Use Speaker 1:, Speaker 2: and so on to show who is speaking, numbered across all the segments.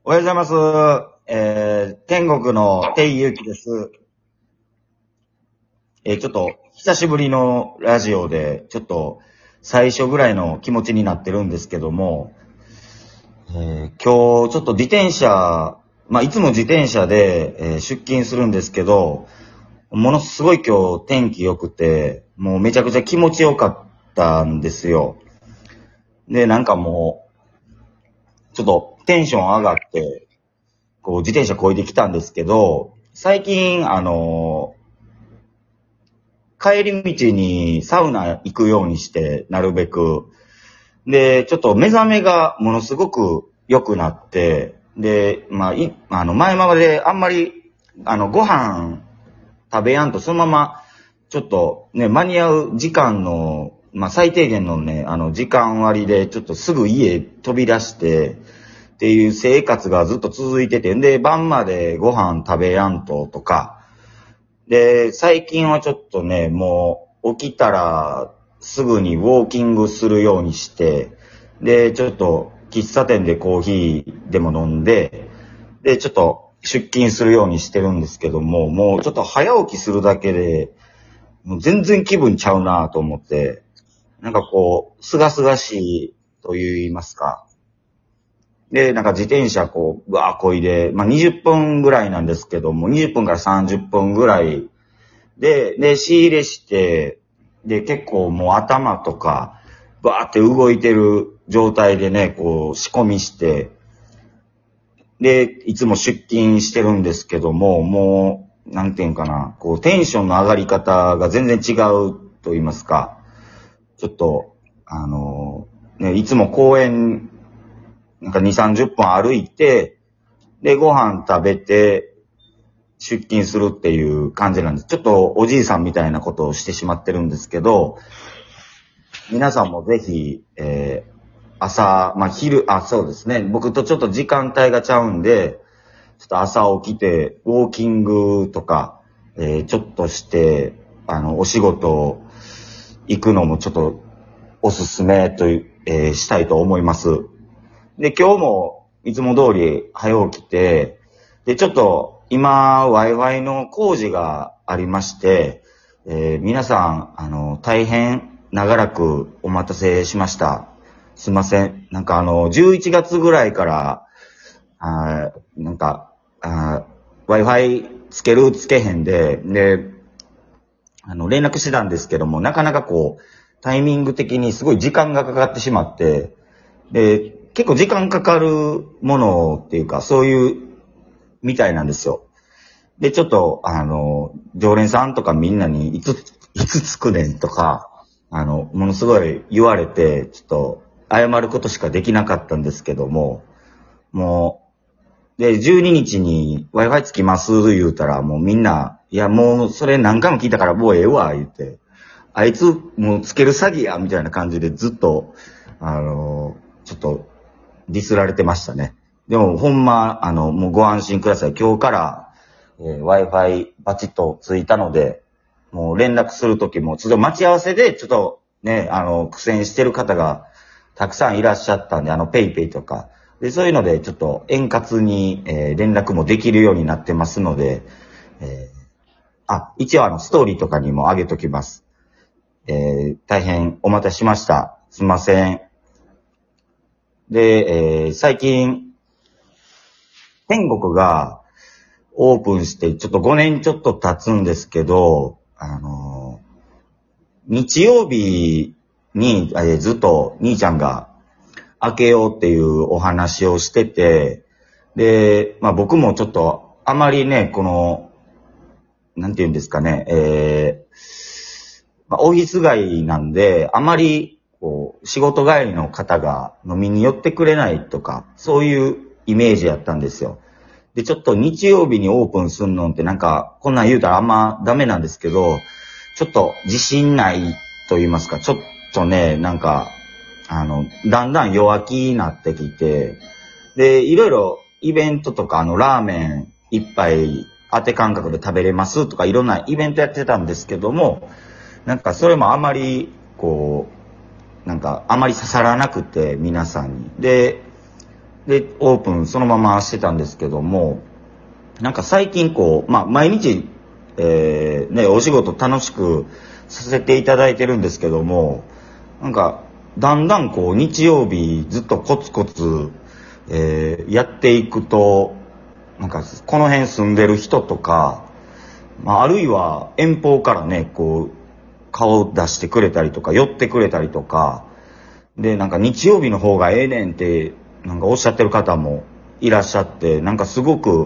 Speaker 1: おはようございます。天国の定ゆうきです。ちょっと、久しぶりのラジオで、ちょっと、最初ぐらいの気持ちになってるんですけども、今日、ちょっと自転車、いつも自転車で、出勤するんですけど、ものすごい今日天気良くて、もうめちゃくちゃ気持ちよかったんですよ。で、なんかもう、ちょっとテンション上がって、こう自転車漕いできたんですけど、最近、帰り道にサウナ行くようにして、なるべく。で、ちょっと目覚めがものすごく良くなって、で、前まであんまり、ご飯食べやんと、そのまま、ちょっとね、間に合う時間の、最低限のね、時間割で、ちょっとすぐ家飛び出して、っていう生活がずっと続いてて、で、晩までご飯食べやんとか、で、最近はちょっとね、もう起きたらすぐにウォーキングするようにして、で、ちょっと喫茶店でコーヒーでも飲んで、で、ちょっと出勤するようにしてるんですけども、もうちょっと早起きするだけで、もう全然気分ちゃうなと思って、なんかこう、すがすがしいと言いますか。で、なんか自転車こう、こいで、20分ぐらいなんですけども、20分から30分ぐらいで、仕入れして、で、結構もう頭とか、バーって動いてる状態でね、こう仕込みして、で、いつも出勤してるんですけども、もう、なんていうんかな、こうテンションの上がり方が全然違うと言いますか、ちょっと、いつも公園、なんか2、30分歩いて、で、ご飯食べて、出勤するっていう感じなんです。ちょっとおじいさんみたいなことをしてしまってるんですけど、皆さんもぜひ、朝、そうですね。僕とちょっと時間帯がちゃうんで、ちょっと朝起きて、ウォーキングとか、ちょっとして、お仕事行くのもちょっとおすすめという、したいと思います。で、今日もいつも通り早起きて、で、ちょっと今 Wi-Fi の工事がありまして、皆さん、大変長らくお待たせしました。すいません。なんか11月ぐらいから、なんか、Wi-Fi つけるつけへんで、連絡してたんですけども、なかなかこう、タイミング的にすごい時間がかかってしまって、で、結構時間かかるものっていうか、そういうみたいなんですよ。で、ちょっと、常連さんとかみんなにいつつくねんとか、ものすごい言われて、ちょっと謝ることしかできなかったんですけども、もう、で、12日に Wi-Fi つきます言うたら、もうみんな、いやもうそれ何回も聞いたからもうええわ、言って、あいつもうつける詐欺や、みたいな感じでずっと、ちょっとディスられてましたね。でもほんま、もうご安心ください。今日から、Wi-Fi バチッとついたので、もう連絡するときも、ちょっと待ち合わせで、ちょっとね、苦戦してる方がたくさんいらっしゃったんで、ペイペイとか。で、そういうので、ちょっと円滑に、連絡もできるようになってますので、一応ストーリーとかにも上げときます。大変お待たせしました。すいません。で、最近、天国がオープンしてちょっと5年ちょっと経つんですけど、日曜日に、ずっと兄ちゃんが開けようっていうお話をしてて、で、僕もちょっとあまりね、この、なんて言うんですかね、オフィス街なんで、あまり、こう、仕事帰りの方が飲みに寄ってくれないとか、そういうイメージやったんですよ。で、ちょっと日曜日にオープンすんのってなんか、こんなん言うたらあんまダメなんですけど、ちょっと自信ないと言いますか、ちょっとね、なんか、だんだん弱気になってきて、で、いろいろイベントとか、ラーメン一杯当て感覚で食べれますとか、いろんなイベントやってたんですけども、なんかそれもあまり、こう、なんかあまり刺さらなくて、皆さんに。で、 で、オープンそのまましてたんですけども、なんか最近こう、毎日、お仕事楽しくさせていただいてるんですけども、なんか、だんだんこう、日曜日ずっとコツコツ、やっていくと、なんか、この辺住んでる人とか、あるいは遠方からね、こう、顔を出してくれたりとか、寄ってくれたりとか、で、なんか日曜日の方がええねんって、なんかおっしゃってる方もいらっしゃって、なんかすごく、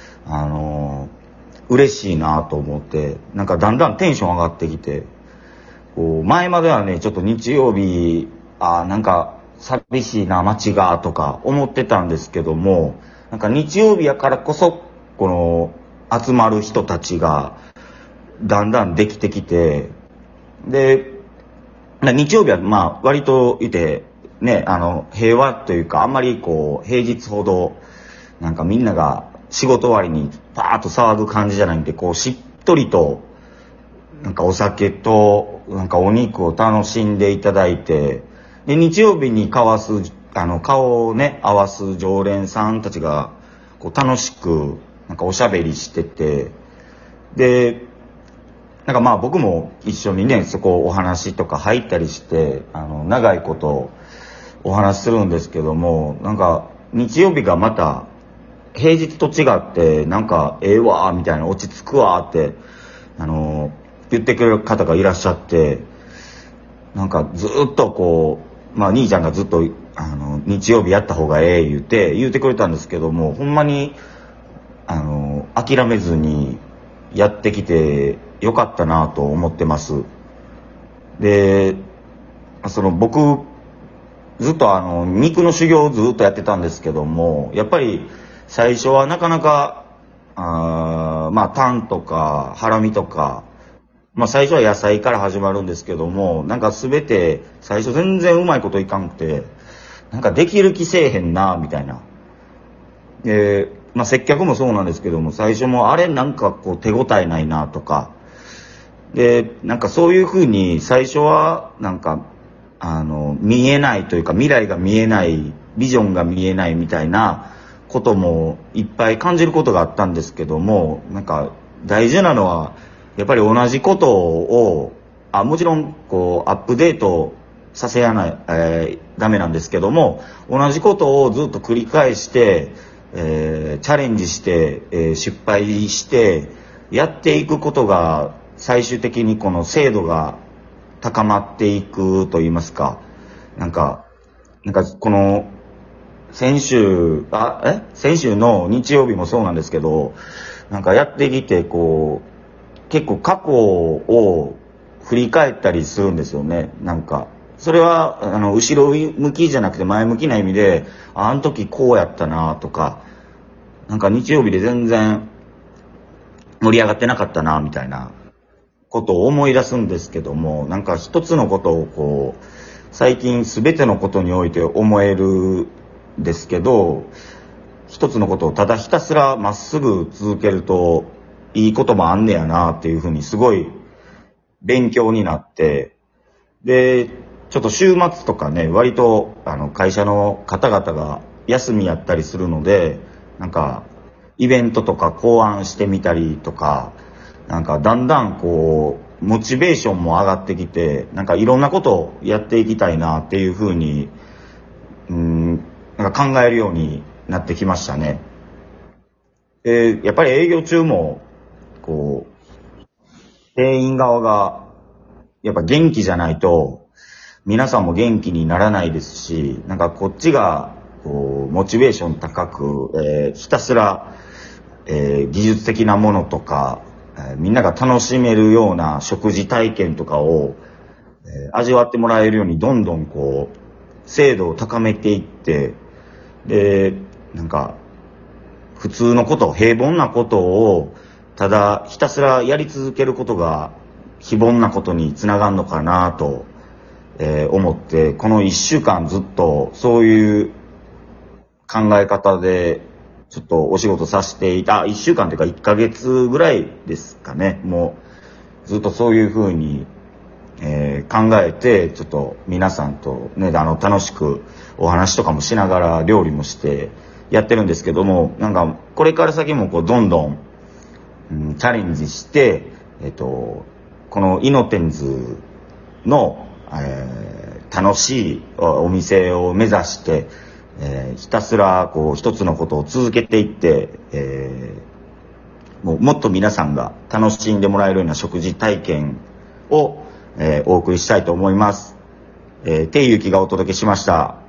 Speaker 1: 嬉しいなと思って、なんかだんだんテンション上がってきて、こう、前まではね、ちょっと日曜日、なんか寂しいな、街が、とか思ってたんですけども、なんか日曜日やからこそ、この、集まる人たちが、だんだんできてきて、で、日曜日は割といて、ね、平和というか、あんまりこう、平日ほど、なんかみんなが仕事終わりにパーッと騒ぐ感じじゃないんで、こう、しっとりと、なんかお酒と、なんかお肉を楽しんでいただいて、で、日曜日に顔をね、合わす常連さんたちが、こう、楽しく、なんかおしゃべりしてて、で、なんか僕も一緒にね、そこお話とか入ったりして、長いことお話しするんですけども、なんか日曜日がまた平日と違って、なんかええわーみたいな、落ち着くわーって、言ってくれる方がいらっしゃって、なんかずっとこう、兄ちゃんがずっと、日曜日やった方がええ言ってくれたんですけども、ほんまに、諦めずにやってきてよかったなと思ってます。で、僕、ずっと肉の修行をずっとやってたんですけども、やっぱり最初はなかなか、タンとかハラミとか、最初は野菜から始まるんですけども、なんか全て最初全然うまいこといかんくて、なんかできる気せえへんな、みたいな。で、接客もそうなんですけども、最初もあれなんかこう手応えないなとか、で、なんかそういうふうに最初はなんか、見えないというか未来が見えない、ビジョンが見えないみたいなこともいっぱい感じることがあったんですけども、なんか大事なのは、やっぱり同じことを、もちろんこうアップデートさせやない、ダメなんですけども、同じことをずっと繰り返して、チャレンジして、失敗してやっていくことが最終的にこの精度が高まっていくと言いますか、なんかこの先週の日曜日もそうなんですけど、なんかやってきてこう結構過去を振り返ったりするんですよね。なんかそれは後ろ向きじゃなくて前向きな意味で、あの時こうやったなとか、なんか日曜日で全然盛り上がってなかったなみたいなことを思い出すんですけども、なんか一つのことをこう最近全てのことにおいて思えるんですけど、一つのことをただひたすらまっすぐ続けるといいこともあんねやなっていうふうにすごい勉強になって、でちょっと週末とかね、割と会社の方々が休みやったりするので、なんかイベントとか考案してみたりとか、なんかだんだんこうモチベーションも上がってきて、なんかいろんなことをやっていきたいなっていうふうになんか考えるようになってきましたね。やっぱり営業中もこう店員側がやっぱ元気じゃないと皆さんも元気にならないですし、なんかこっちがこうモチベーション高く、ひたすら、技術的なものとか、みんなが楽しめるような食事体験とかを、味わってもらえるようにどんどんこう精度を高めていって、でなんか普通のこと、平凡なことをただひたすらやり続けることが非凡なことにつながるのかなと、思って、この1週間ずっとそういう考え方でちょっとお仕事させていた、1週間というか1ヶ月ぐらいですかね、もうずっとそういうふうに、 考えて、ちょっと皆さんとね、楽しくお話とかもしながら料理もしてやってるんですけども、なんか、これから先もこう、どんどん、チャレンジして、このイノテンズの、楽しいお店を目指して、ひたすらこう一つのことを続けていって、もっと皆さんが楽しんでもらえるような食事体験を、お送りしたいと思います。てゆうきがお届けしました。